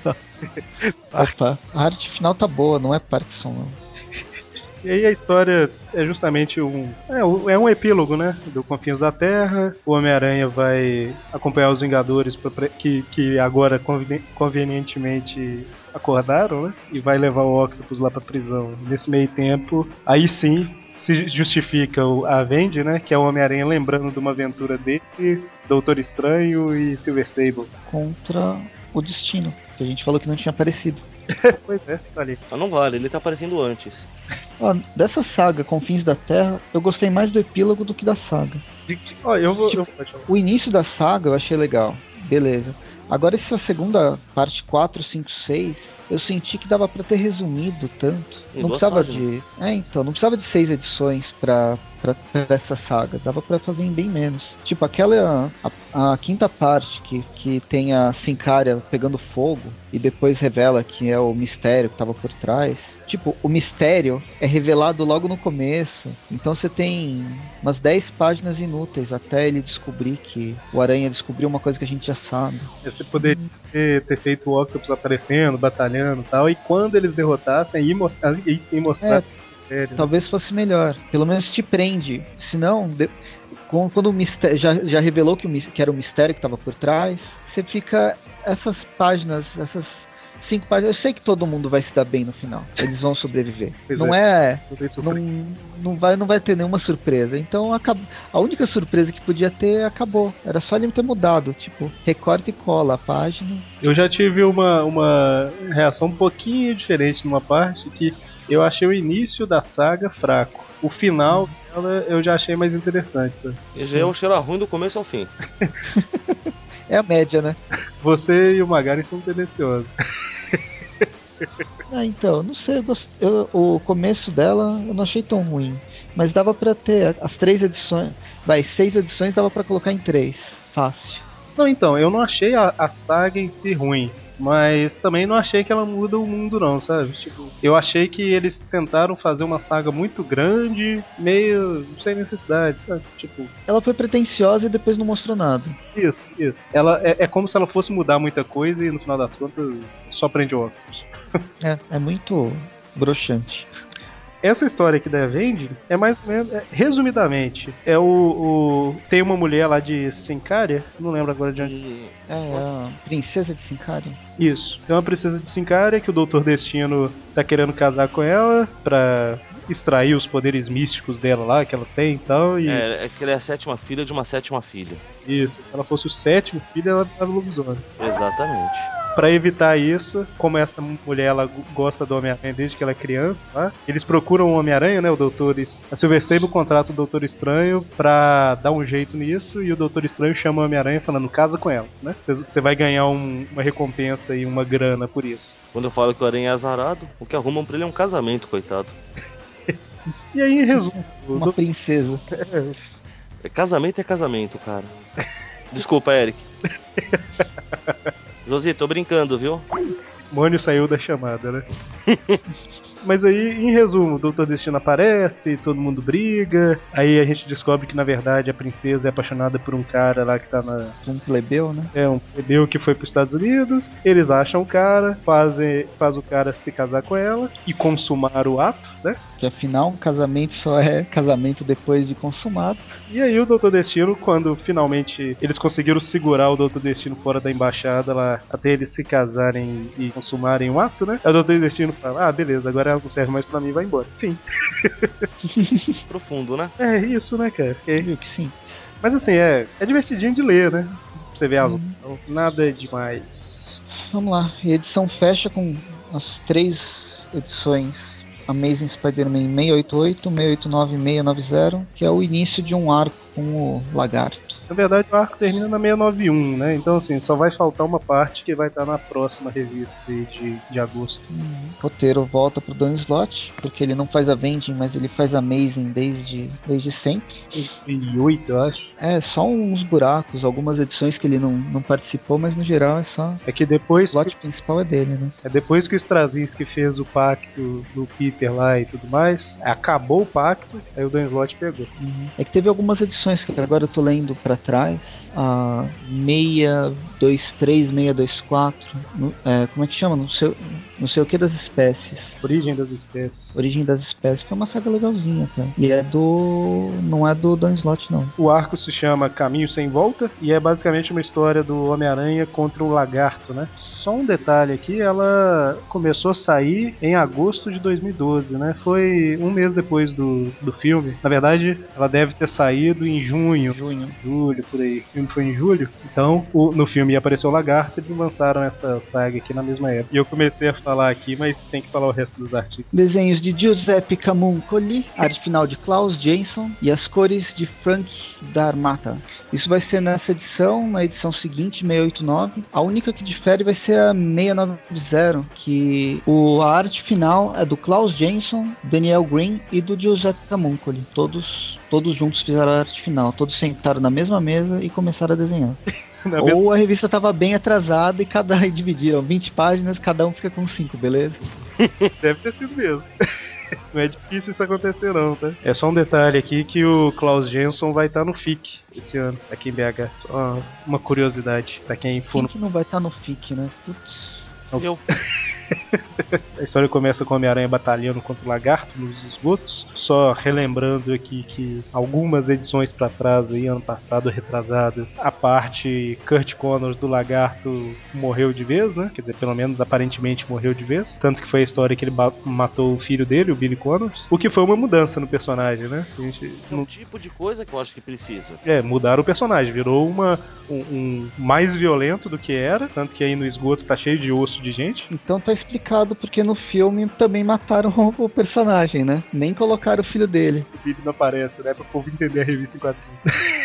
Opa, a arte final tá boa, não é Parkinson, não. E aí a história é justamente um epílogo, né? Do Confins da Terra. O Homem-Aranha vai acompanhar os Vingadores que agora convenientemente acordaram, né? E vai levar o Octopus lá pra prisão. Nesse meio tempo, aí sim se justifica a Avenger, né? Que é o Homem-Aranha lembrando de uma aventura dele, Doutor Estranho e Silver Sable. Contra o destino, que a gente falou que não tinha aparecido. Pois é, tá ali. Mas não vale, ele tá aparecendo antes. Ó, dessa saga Confins da Terra, eu gostei mais do epílogo do que da saga. Ó, eu vou. Tipo, Pode falar. o início da saga eu achei legal. Beleza. Agora essa segunda parte 4, 5, 6, eu senti que dava pra ter resumido tanto. Em Não duas precisava páginas. de. Então, não precisava de 6 edições pra essa saga. Dava pra fazer em bem menos. Tipo, aquela. A quinta parte que tem a Sincária pegando fogo e depois revela que é o mistério que tava por trás. Tipo, o mistério é revelado logo no começo. Então você tem umas 10 páginas inúteis até ele descobrir que o Aranha descobriu uma coisa que a gente já sabe. Você poderia ter feito o Octopus aparecendo, batalhando e tal, e quando eles derrotassem, aí sim mostrar É, o mistério, né? talvez fosse melhor. Pelo menos te prende. Senão, quando o mistério já revelou que era o mistério que estava por trás, você fica. Essas páginas, essas 5 páginas. Eu sei que todo mundo vai se dar bem no final. Eles vão sobreviver. Pois Não é, é. eu dei Não, surpresa. não vai ter nenhuma surpresa. Então a única surpresa que podia ter acabou. Era só ele ter mudado. Tipo, recorta e cola a página. Eu já tive uma reação um pouquinho diferente numa parte que eu achei o início da saga fraco. O final dela eu já achei mais interessante, sabe? E já é um cheiro ruim do começo ao fim. É a média, né? Você e o Magari são tendenciosos. Então, não sei, o começo dela eu não achei tão ruim. Mas dava pra ter as 3 edições. Vai, 6 edições dava pra colocar em 3. Fácil. Não, então, eu não achei a saga em si ruim. Mas também não achei que ela muda o mundo, não, sabe? Tipo, eu achei que eles tentaram fazer uma saga muito grande, meio sem necessidade, sabe? Tipo, Ela foi pretensiosa e depois não mostrou nada. isso. Ela é como se ela fosse mudar muita coisa e no final das contas só prende o óculos. É muito broxante. Essa história aqui da Avenged é mais ou menos, resumidamente, tem uma mulher lá de Sincaria, não lembro agora de onde. É a princesa de Sincário. Isso, tem uma princesa de Sincaria que o Doutor Destino tá querendo casar com ela pra extrair os poderes místicos dela lá, que ela tem e tal, e É que ela é a sétima filha de uma sétima filha. isso, se ela fosse o sétimo filho, ela tava lobisomem. Exatamente. Pra evitar isso, como essa mulher ela gosta do Homem-Aranha desde que ela é criança, tá? Eles procuram o Homem-Aranha, né? A Silver Sable contrata o Doutor Estranho pra dar um jeito nisso e o Doutor Estranho chama o Homem-Aranha falando casa com ela, né? Você vai ganhar uma recompensa e uma grana por isso. Quando eu falo que o Aranha é azarado, o que arrumam pra ele é um casamento, coitado. E aí, em resumo, Uma princesa. Casamento é casamento, cara. Desculpa, Eric. Josi, tô brincando, viu? Mônio saiu da chamada, né? Mas aí, em resumo, o Doutor Destino aparece, todo mundo briga. Aí a gente descobre que na verdade a princesa é apaixonada por um cara lá que tá na. Um plebeu, né? É um plebeu que foi para os Estados Unidos. Eles acham o cara, faz o cara se casar com ela e consumar o ato, né? Que afinal, um casamento só é casamento depois de consumado. E aí o Doutor Destino, quando finalmente eles conseguiram segurar o Doutor Destino fora da embaixada lá, até eles se casarem e consumarem o ato, né? Aí o Doutor Destino fala, ah, beleza, agora ela não serve mais pra mim, vai embora. Enfim. Profundo, né? É isso, né, cara? Viu que sim. Mas assim, é divertidinho de ler, né? Você vê as Uhum. então, nada demais. Vamos lá. A edição fecha com as 3 edições Amazing Spider-Man 688, 689 e 690, que é o início de um arco com o Lagarto. Na verdade, o arco termina na 691, né? Então, assim, só vai faltar uma parte que vai estar na próxima revista aí de agosto. O roteiro volta pro Dan Slott, porque ele não faz Avenging, mas ele faz Amazing desde sempre. 2008, eu acho. É, só uns buracos, algumas edições que ele não participou, mas no geral é só. É que O plot principal é dele, né? depois que o Straczynski fez o pacto do Peter lá e tudo mais, acabou o pacto, aí o Dan Slott pegou. É que teve algumas edições que agora eu tô lendo pra trás, a 623, 624, como é que chama? Não sei o que das espécies. Origem das espécies. Origem das espécies foi uma saga legalzinha, cara. E não é do Dan Slott, não. O arco se chama Caminho Sem Volta e é basicamente uma história do Homem-Aranha contra o Lagarto, né? Só um detalhe aqui, ela começou a sair em agosto de 2012, né? Foi um mês depois do filme. Na verdade, ela deve ter saído em junho, Junho. julho, por aí. O filme foi em julho. Então, no filme ia aparecer o Lagarto e eles lançaram essa saga aqui na mesma época. E eu comecei a falar aqui, mas tem que falar o resto dos artigos. Desenhos de Giuseppe Camuncoli, arte final de Klaus Jansson e as cores de Frank Darmata. Isso vai ser nessa edição, na edição seguinte, 689. A única que difere vai ser a 690, que a arte final é do Klaus Jansson, Daniel Green e do Giuseppe Camuncoli. Todos juntos fizeram a arte final, todos sentaram na mesma mesa e começaram a desenhar. Ou a revista estava bem atrasada e dividiram 20 páginas, cada um fica com 5, beleza? Deve ter sido mesmo. Não é difícil isso acontecer não, tá? É só um detalhe aqui que o Klaus Jensen vai estar no FIC esse ano, aqui em BH. Só uma curiosidade pra quem for Quem no... que não vai estar no FIC, né? Putz. Eu. A história começa com o Homem-Aranha batalhando contra o Lagarto nos esgotos. Só relembrando aqui que algumas edições pra trás, aí, ano passado, retrasado, a parte Kurt Connors do Lagarto morreu de vez, né? Quer dizer, pelo menos aparentemente morreu de vez. Tanto que foi a história que ele matou o filho dele, o Billy Connors. O que foi uma mudança no personagem, né? A gente É o tipo de coisa que eu acho que precisa. mudaram o personagem, virou um mais violento do que era, tanto que aí no esgoto tá cheio de osso de gente. Então tá explicado porque no filme também mataram o personagem, né? Nem colocaram o filho dele. O Billy não aparece, né? Pra o povo entender a revista em quadrinhos.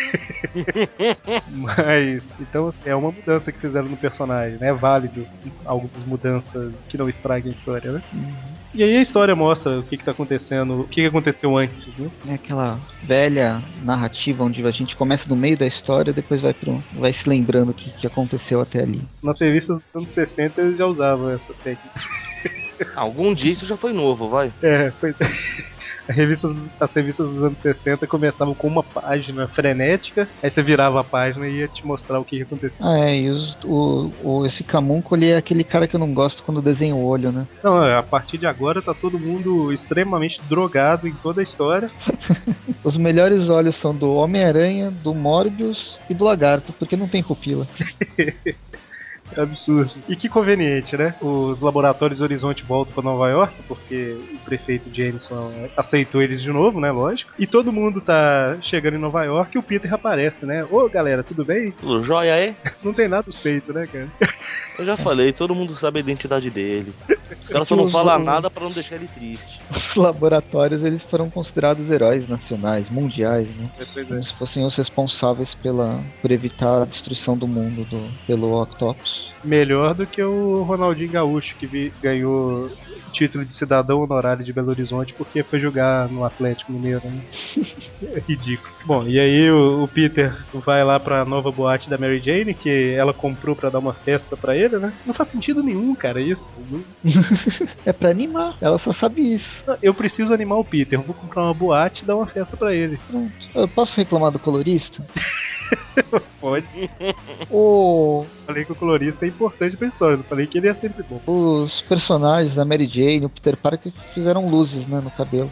Mas, então, é uma mudança que fizeram no personagem, né? É válido algumas mudanças que não estraguem a história, né? E aí a história mostra o que tá acontecendo, o que aconteceu antes, né? É aquela velha narrativa onde a gente começa no meio da história, depois vai se lembrando o que aconteceu até ali. Nas revistas dos anos 60 eles já usavam essa técnica. Algum dia isso já foi novo, vai. Pois é. As revistas dos anos 60 começavam com uma página frenética, aí você virava a página e ia te mostrar o que aconteceu. Ah, é, e esse Camúnculo, ele é aquele cara que eu não gosto quando desenha o olho, né? Não, a partir de agora tá todo mundo extremamente drogado em toda a história. Os melhores olhos são do Homem-Aranha, do Morbius e do Lagarto, porque não tem pupila. É absurdo. E que conveniente, né? Os laboratórios Horizonte voltam para Nova York, porque o prefeito Jameson aceitou eles de novo, né? Lógico. E todo mundo tá chegando em Nova York e o Peter aparece, né? Ô galera, tudo bem? Tudo jóia é? Não tem nada suspeito, né, cara? Eu já falei, todo mundo sabe a identidade dele. Os É caras que só não falam nada pra não deixar ele triste. os laboratórios, eles foram considerados heróis nacionais, mundiais, né? Pois é. Como se fossem os responsáveis por evitar a destruição do mundo pelo Octopus. Melhor do que o Ronaldinho Gaúcho, que ganhou o título de cidadão honorário de Belo Horizonte porque foi jogar no Atlético Mineiro, né? É ridículo. Bom, e aí o Peter vai lá pra nova boate da Mary Jane, que ela comprou pra dar uma festa pra ele, né? Não faz sentido nenhum, cara, isso. É pra animar, ela só sabe isso. Eu preciso animar o Peter, eu vou comprar uma boate e dar uma festa pra ele. Pronto. Eu posso reclamar do colorista? Pode. O, Falei que o colorista é importante pra história, não falei que ele é sempre bom. os personagens, a Mary Jane, o Peter Parker, fizeram luzes, né, no cabelo.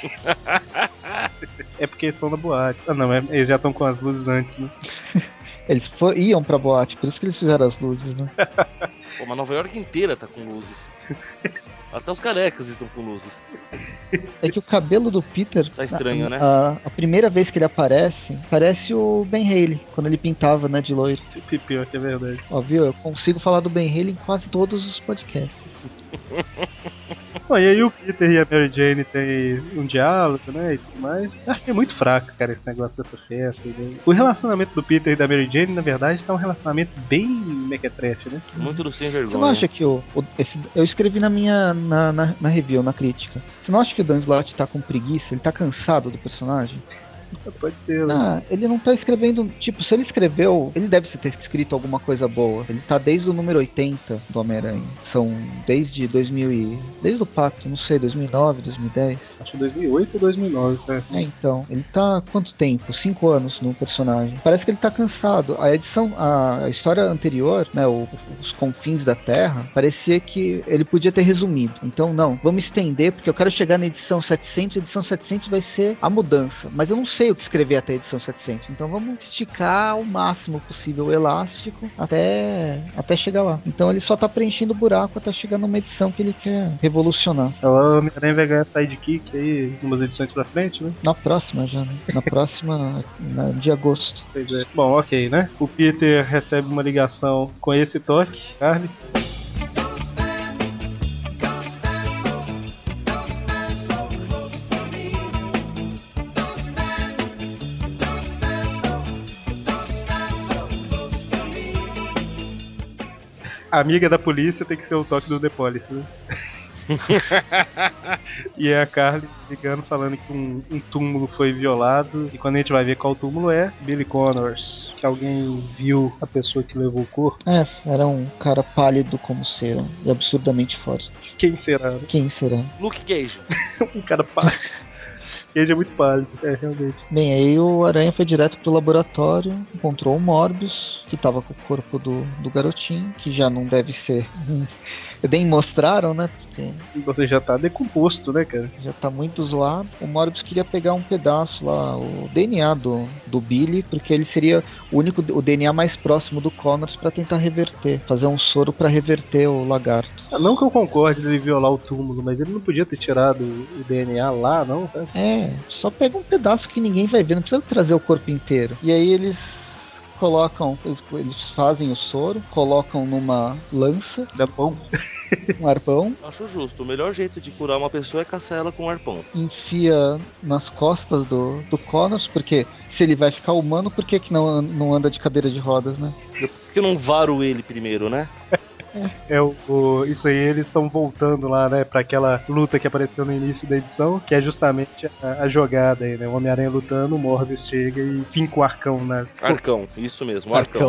É porque eles estão na boate. Ah, não, eles já estão com as luzes antes, né? Eles iam pra boate, por isso que eles fizeram as luzes, né? Pô, mas Nova York inteira tá com luzes. Até os carecas estão com luzes. É que o cabelo do Peter, Tá estranho, né? a primeira vez que ele aparece, parece o Ben Haley, quando ele pintava, né, de loiro. Pior que é verdade. Ó, viu? Eu consigo falar do Ben Haley em quase todos os podcasts. Bom, e aí o Peter e a Mary Jane tem um diálogo, né, e tudo mais. Acho que é muito fraco, cara, esse negócio dessa festa. Né? O relacionamento do Peter e da Mary Jane, na verdade, tá um relacionamento bem mequetrefe, né? Muito do sem Você não vergonha. acha que eu escrevi na review, na crítica. Você não acha que o Dan Slott tá com preguiça? Ele tá cansado do personagem? Pode ser, né? Ah, ele não tá escrevendo. Tipo, se ele escreveu, ele deve ter escrito alguma coisa boa. Ele tá desde o número 80 do Homem-Aranha. São desde 2000 desde o Pacto, não sei, 2009, 2010. Acho que 2008 ou 2009, né? É, então, ele tá há quanto tempo? 5 anos no personagem. Parece que ele tá cansado. A história anterior, né, os confins da Terra, parecia que ele podia ter resumido. Então, não, vamos estender, porque eu quero chegar na edição 700, a edição 700 vai ser a mudança. Mas eu não sei o que escrever até a edição 700, então vamos esticar o máximo possível o elástico até chegar lá. Então ele só tá preenchendo o buraco até chegar numa edição que ele quer revolucionar. Ela Homem-Aranha vai ganhar sidekick aí, umas edições pra frente, né? Na próxima já, né? Na próxima, de agosto. Pois é. Bom, ok, né? O Peter recebe uma ligação com esse toque, Carly. A amiga da polícia tem que ser o toque do The Police, né? E é a Carly ligando falando que um túmulo foi violado. E quando a gente vai ver qual túmulo é, Billy Connors. Que alguém viu a pessoa que levou o corpo. É, era um cara pálido como cera e absurdamente forte. Quem será? Né? Quem será? Luke Cage. Um cara pálido. Ele é muito pálido, realmente. Bem, aí o Aranha foi direto pro laboratório, encontrou o Morbius, que tava com o corpo do garotinho, que já não deve ser. Nem mostraram, né? Porque Você já tá decomposto, né, cara? já tá muito zoado. O Morbius queria pegar um pedaço lá, o DNA do Billy, porque ele seria o DNA mais próximo do Connors para tentar reverter, fazer um soro para reverter o lagarto. Não que eu concorde dele violar o túmulo, mas ele não podia ter tirado o DNA lá, não, sabe? É, só pega um pedaço que ninguém vai ver, não precisa trazer o corpo inteiro. E aí eles fazem o soro, colocam numa lança, Da bom. Um arpão, Acho justo. O melhor jeito de curar uma pessoa é caçar ela com um arpão. enfia nas costas do Connors, porque se ele vai ficar humano, por que, que não anda de cadeira de rodas, né? Por que eu não varo ele primeiro, né? Isso aí eles estão voltando lá, né, pra aquela luta que apareceu no início da edição, que é justamente a jogada aí, né? O Homem-Aranha lutando, o Morbius chega e finca o arcão Arcão, isso mesmo, arcão. Arcão.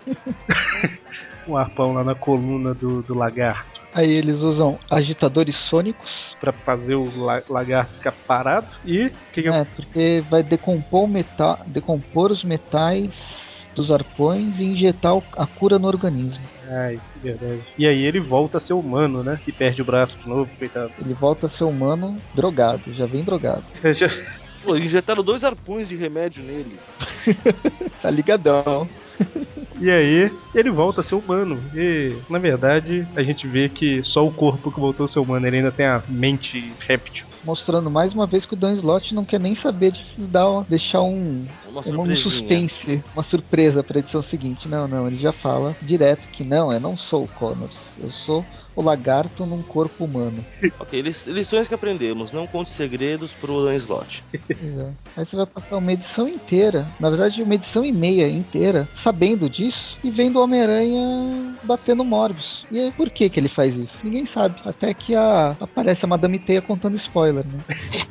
um arpão lá na coluna do lagarto Aí eles usam agitadores sônicos, pra fazer o lagarto ficar parado e né? Porque vai decompor os metais dos arpões e injetar a cura no organismo. ai, verdade. E aí ele volta a ser humano, né? E perde o braço de novo, coitado. Ele volta a ser humano drogado, já vem drogado. Pô, injetaram 2 arpões de remédio nele. Tá ligadão. E aí ele volta a ser humano. E na verdade a gente vê que só o corpo que voltou a ser humano, ele ainda tem a mente réptil. Mostrando mais uma vez que o Dan Slott não quer nem saber de deixar Uma um surpresinha. suspense, uma surpresa para a edição seguinte. Não, não, ele já fala direto que não, eu não sou o Connors, eu sou o lagarto num corpo humano. Ok, lições que aprendemos. Não conte segredos pro Dan Slott. Exato. Aí você vai passar uma edição inteira, na verdade uma edição e meia inteira, sabendo disso e vendo o Homem-Aranha batendo Morbius. E aí, por que que ele faz isso? Ninguém sabe. Até que aparece a Madame Teia contando spoiler, né?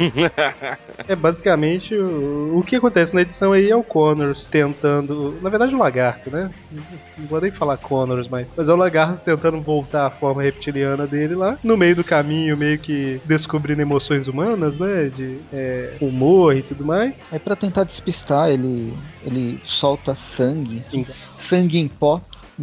É basicamente o que acontece na edição aí é o Connors tentando. Na verdade, o lagarto, né? Não vou nem falar Connors mais. Mas é o lagarto tentando voltar à forma reptiliana dele lá. No meio do caminho, meio que descobrindo emoções humanas, né? De humor e tudo mais. Aí pra tentar despistar, ele solta sangue em pó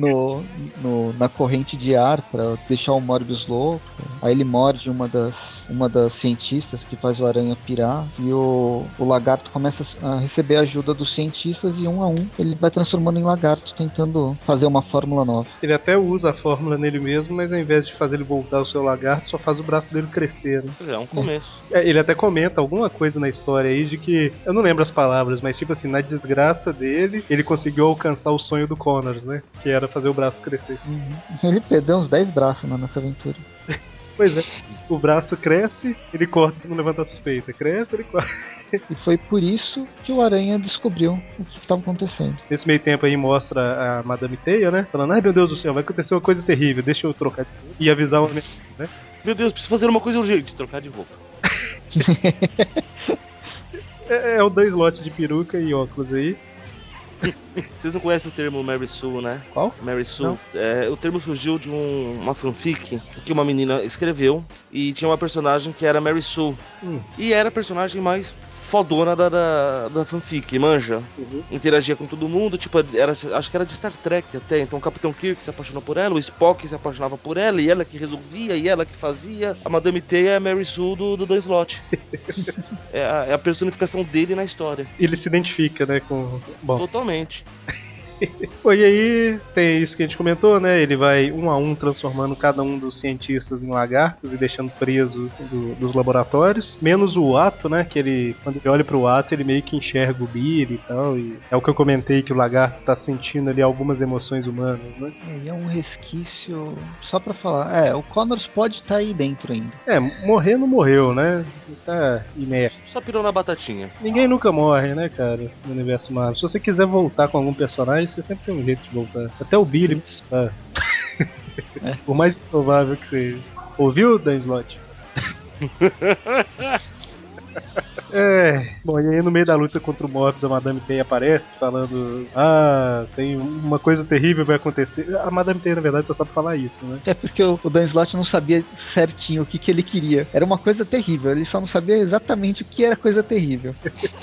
na corrente de ar para deixar o Morbius louco. Aí ele morde uma das cientistas que faz o aranha pirar e o lagarto começa a receber a ajuda dos cientistas e um a um ele vai transformando em lagarto, tentando fazer uma fórmula nova. Ele até usa a fórmula nele mesmo, mas ao invés de fazer ele voltar ao seu lagarto, só faz o braço dele crescer, né? É um começo. Ele até comenta alguma coisa na história aí de que, eu não lembro as palavras, mas tipo assim, na desgraça dele, ele conseguiu alcançar o sonho do Connors, né? Que era fazer o braço crescer. Uhum. Ele perdeu uns 10 braços, mano, nessa aventura. Pois é, o braço cresce, ele corta pra não levantar suspeita. Cresce, ele corta. E foi por isso que o Aranha descobriu o que estava acontecendo. Nesse meio tempo aí mostra a Madame Teia, né? Falando, ai meu Deus do céu, vai acontecer uma coisa terrível, deixa eu trocar de roupa e avisar o homem, né? Meu Deus, preciso fazer uma coisa urgente. Trocar de roupa. É o Dan Slott de peruca e óculos aí. Vocês não conhecem o termo Mary Sue, né? Qual? Mary Não. Sue. O termo surgiu de uma fanfic que uma menina escreveu e tinha uma personagem que era Mary Sue. Hum. E era a personagem mais fodona da fanfic, manja. Uhum. Interagia com todo mundo, tipo, acho que era de Star Trek até. Então o Capitão Kirk se apaixonou por ela, o Spock se apaixonava por ela, e ela que resolvia, e ela que fazia. A Madame Teia é a Mary Sue do Dan Slott. É a personificação dele na história. Ele se identifica, né, com... Bom, Totalmente. Pô, e aí tem isso que a gente comentou, né? Ele vai um a um transformando cada um dos cientistas em lagartos e deixando preso dos laboratórios. Menos o Ato, né? Que ele, quando ele olha pro Ato, ele meio que enxerga o Billy e tal. E é o que eu comentei que o lagarto tá sentindo ali algumas emoções humanas, né? E é um resquício. Só pra falar. O Connors pode estar aí dentro ainda. É, morrer não morreu, né? Ele tá inerte. Só pirou na batatinha. Ninguém nunca morre, né, cara, no universo Marvel. Se você quiser voltar com algum personagem, você sempre tem um jeito de voltar. Até o Billy, Isso. tá? É. Por mais improvável que seja. Ouviu, Dan Slott? Bom, e aí no meio da luta contra o Morbius, a Madame Teia aparece falando: ah, tem uma coisa terrível vai acontecer. A Madame Teia, na verdade, só sabe falar isso, né? É porque o Dan Slott não sabia certinho o que ele queria. Era uma coisa terrível, ele só não sabia exatamente o que era coisa terrível.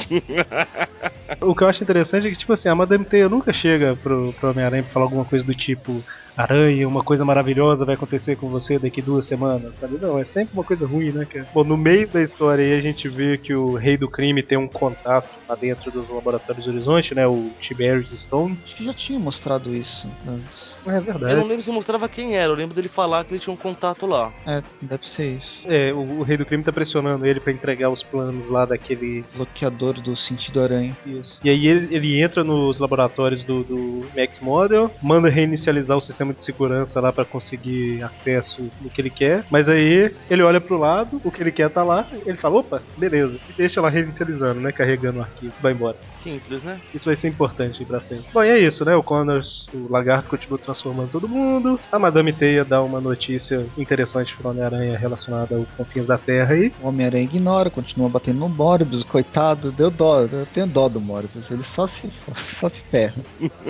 O que eu acho interessante é que, tipo assim, a Madame Teia nunca chega pro Homem-Aranha pra falar alguma coisa do tipo: Aranha, uma coisa maravilhosa vai acontecer com você daqui 2 semanas, sabe? Não, é sempre uma coisa ruim, né, cara? Bom, no meio da história aí a gente vê que o Rei do Crime tem um contato lá dentro dos Laboratórios Horizonte, né? O Tiberius Stone. Acho que já tinha mostrado isso antes. É Eu não verdade. lembro se mostrava quem era, eu lembro dele falar que ele tinha um contato lá. Deve ser isso. O rei do crime tá pressionando ele pra entregar os planos lá daquele. Bloqueador do sentido aranha. Isso. E aí ele entra nos laboratórios do Max Model, manda reinicializar o sistema de segurança lá pra conseguir acesso no que ele quer, mas aí ele olha pro lado, o que ele quer tá lá, ele fala, opa, beleza, e deixa lá reinicializando, né, carregando o arquivo, vai embora. Simples, né? Isso vai ser importante aí pra frente. Bom, e é isso, né, o Connors, o lagarto continua transformando todo mundo, a Madame Teia dá uma notícia interessante pro Homem-Aranha relacionada aos confins da Terra aí. O Homem-Aranha ignora, continua batendo no Morbius, coitado, deu dó, eu tenho dó do Morbius, ele só se ferra.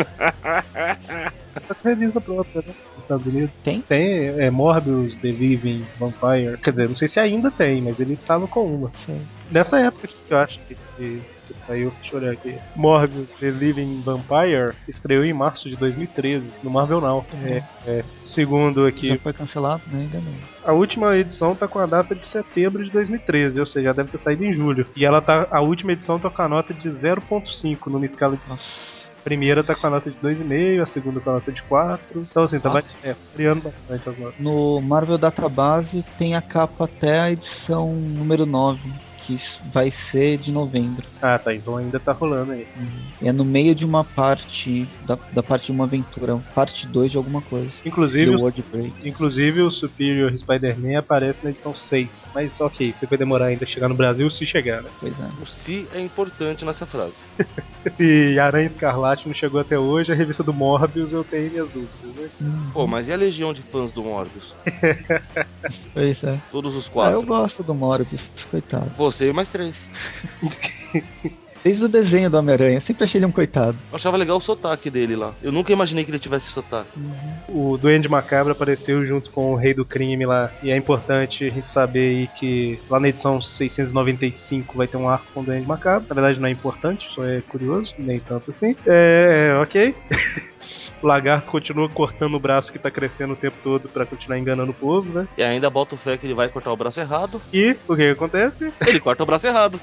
Tá com revista própria, né? Nos Estados Unidos. Tem? Tem Morbius The Living Vampire. Quer dizer, não sei se ainda tem, mas ele tava com uma. Sei. Nessa época que eu acho que saiu, deixa eu olhar aqui. Morbius The Living Vampire estreou em março de 2013 no Marvel Now. Segundo Já aqui, foi cancelado? Não, ainda não. a última edição tá com a data de setembro de 2013, ou seja, já deve ter saído em julho. E ela tá, a última edição tá com a nota de 0.5 numa escala de. Nossa. A primeira tá com a nota de 2,5, a segunda com a nota de 4. Então, assim, tá variando bastante as notas. No Marvel Database tem a capa até a edição número 9, que vai ser de novembro. Ah, tá. Então ainda tá rolando aí. É no meio de uma parte, da parte de uma aventura, parte 2 de alguma coisa. Inclusive, The World Break. inclusive o Superior Spider-Man aparece na edição 6. Mas ok, você vai demorar ainda a chegar no Brasil se chegar, né? Pois é. O se é importante nessa frase. E Aranha Escarlate não chegou até hoje, a revista do Morbius eu tenho minhas dúvidas, né? Pô, mas e a legião de fãs do Morbius? Pois é. Todos os Eu 4. gosto do Morbius, coitado. Você e mais 3. Desde o desenho do Homem-Aranha, sempre achei ele um coitado. Eu achava legal o sotaque dele lá. Eu nunca imaginei que ele tivesse sotaque. O Duende Macabro apareceu junto com o Rei do Crime lá. E é importante a gente saber aí que lá na edição 695 vai ter um arco com o Duende Macabro. Na verdade não é importante, só é curioso, nem tanto assim. Ok. O lagarto continua cortando o braço que tá crescendo o tempo todo pra continuar enganando o povo, né? E ainda bota o fé que ele vai cortar o braço errado. E o que acontece? Ele corta o braço errado.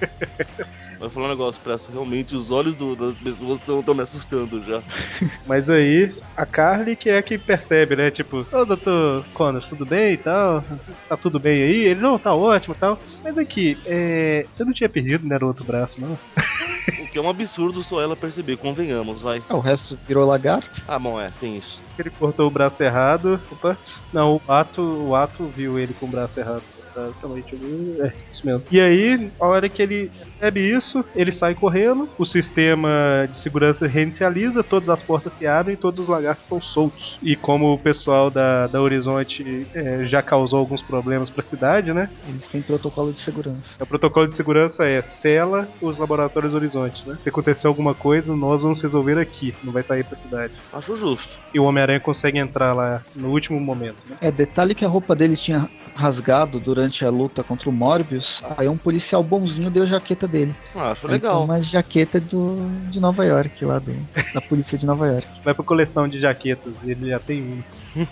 Vai falar um negócio, Presto. Realmente os olhos das pessoas estão me assustando já. Mas aí, a Carly que é a que percebe, né? Tipo, ô doutor Connors, tudo bem e tal? Tá tudo bem aí? Ele, não, tá ótimo e tal. Mas aqui, você não tinha perdido, né, no outro braço, não? O que é um absurdo só ela perceber, convenhamos, vai. O resto virou lagarto. Ah, bom, tem isso. Ele cortou o braço errado. Opa. Não, o Ato viu ele com o braço errado. Calma aí, deixa eu ver. Isso mesmo. E aí, a hora que ele percebe isso, ele sai correndo, o sistema de segurança reinicializa, todas as portas se abrem e todos os lagartos estão soltos. E como o pessoal da Horizonte já causou alguns problemas pra cidade, né? Eles têm protocolo de segurança. O protocolo de segurança é sela os laboratórios Horizonte, né? Se acontecer alguma coisa, nós vamos resolver aqui, não vai sair pra cidade. Acho justo. E o Homem-Aranha consegue entrar lá no último momento, né? Detalhe que a roupa dele tinha rasgado durante a luta contra o Morbius. Aí um policial bonzinho deu a jaqueta dele. Acho Aí tem legal. uma jaqueta de Nova York, lá da polícia de Nova York. Vai pra coleção de jaquetas, ele já tem uma.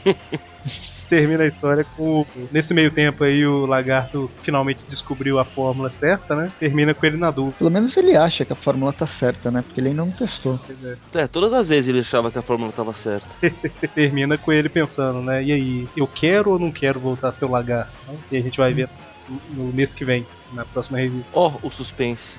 Termina a história com. Nesse meio tempo aí, o lagarto finalmente descobriu a fórmula certa, né? Termina com ele na dúvida. Pelo menos ele acha que a fórmula tá certa, né? Porque ele ainda não testou. Pois é. Todas as vezes ele achava que a fórmula estava certa. Termina com ele pensando, né? E aí, eu quero ou não quero voltar a ser o lagarto? Né? E a gente vai ver no mês que vem, na próxima revista. Ó, o suspense.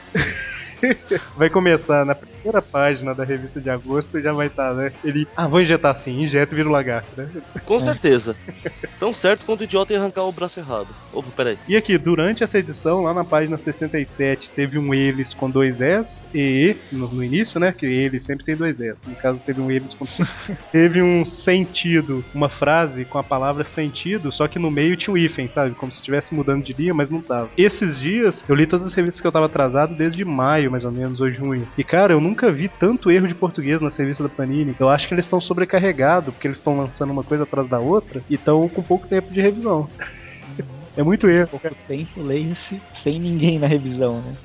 Vai começar na primeira página da revista de agosto e já vai estar, né? Ele, vou injetar assim, injeta e vira o lagarto, né? Com É. certeza. Tão certo quanto o idiota ia arrancar o braço errado. Opa, peraí. E aqui, durante essa edição, lá na página 67, teve um eles com dois S, e no início, né? Que ele sempre tem dois S. No caso, teve um eles com. Teve um sentido, uma frase com a palavra sentido, só que no meio tinha um hífen, sabe? Como se estivesse mudando de linha, mas não tava. Esses dias, eu li todas as revistas que eu tava atrasado desde maio, mais ou menos, ou junho. E cara, eu nunca vi tanto erro de português na revista da Panini. Eu acho que eles estão sobrecarregados, porque eles estão lançando uma coisa atrás da outra e estão com pouco tempo de revisão. É muito erro. Pouco tempo, leia-se sem ninguém na revisão, né?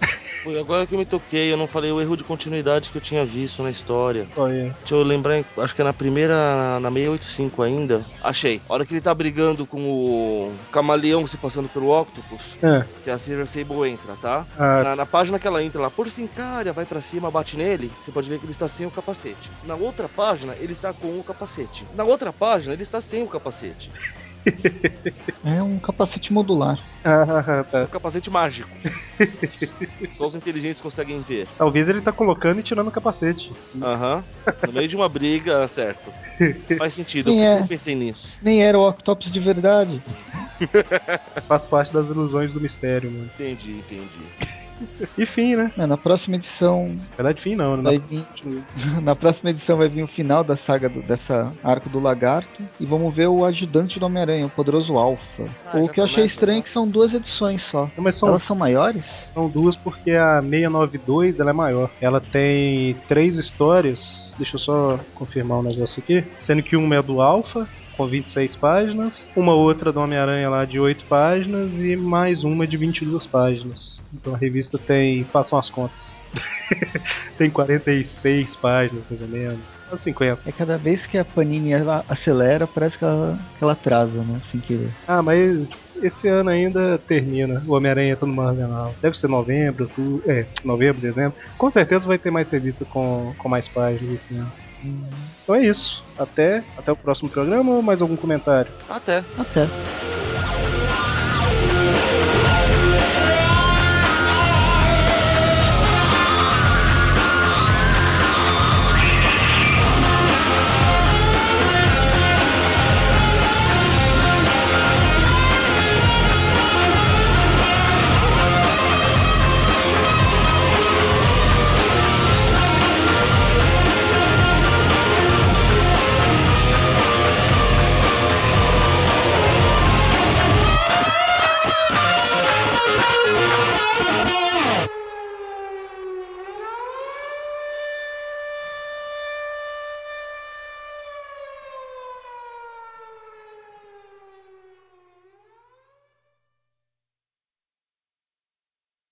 Pô, agora que eu me toquei, eu não falei o erro de continuidade que eu tinha visto na história. Qual é? Deixa eu lembrar, acho que é na primeira, na 685 ainda. Achei. A hora que ele tá brigando com o camaleão se passando pelo Octopus, Ah, que a Silver Sable entra, tá? ah, Na página que ela entra lá, por Sincária, vai pra cima, bate nele, você pode ver que ele está sem o capacete. Na outra página, ele está com o capacete. Na outra página, ele está sem o capacete. É um capacete modular. Um tá. capacete mágico. Só os inteligentes conseguem ver. Talvez ele tá colocando e tirando o capacete. Aham. No meio de uma briga, certo. Faz sentido. Nem Por que eu não é, pensei nisso? nem era o Octopus de verdade. Faz parte das ilusões do mistério, mano. Entendi, entendi. E fim, né? Na próxima edição Na verdade, fim não, né? vai vir. Continua. Na próxima edição vai vir o final da saga dessa arco do lagarto. E vamos ver o ajudante do Homem-Aranha, o poderoso Alpha. Ah, O já que eu achei começa estranho é já? que são 2 edições só. Não, mas Elas são maiores? são duas porque a 692 ela é maior. Ela tem 3 histórias. Deixa eu só confirmar um negócio aqui. Sendo que uma é do Alpha, com 26 páginas. Uma outra do Homem-Aranha lá de 8 páginas. E mais uma de 22 páginas. Então a revista tem. Façam as contas. Tem 46 páginas, mais ou menos. Quase 50. É cada vez que a Panini ela acelera, parece que ela atrasa, né? Sem querer. Ah, mas esse ano ainda termina. O Homem-Aranha tá no Marvel. Deve ser novembro, novembro, dezembro. Com certeza vai ter mais revista com mais páginas esse ano. Então é isso. Até o próximo programa ou mais algum comentário? Até. Até.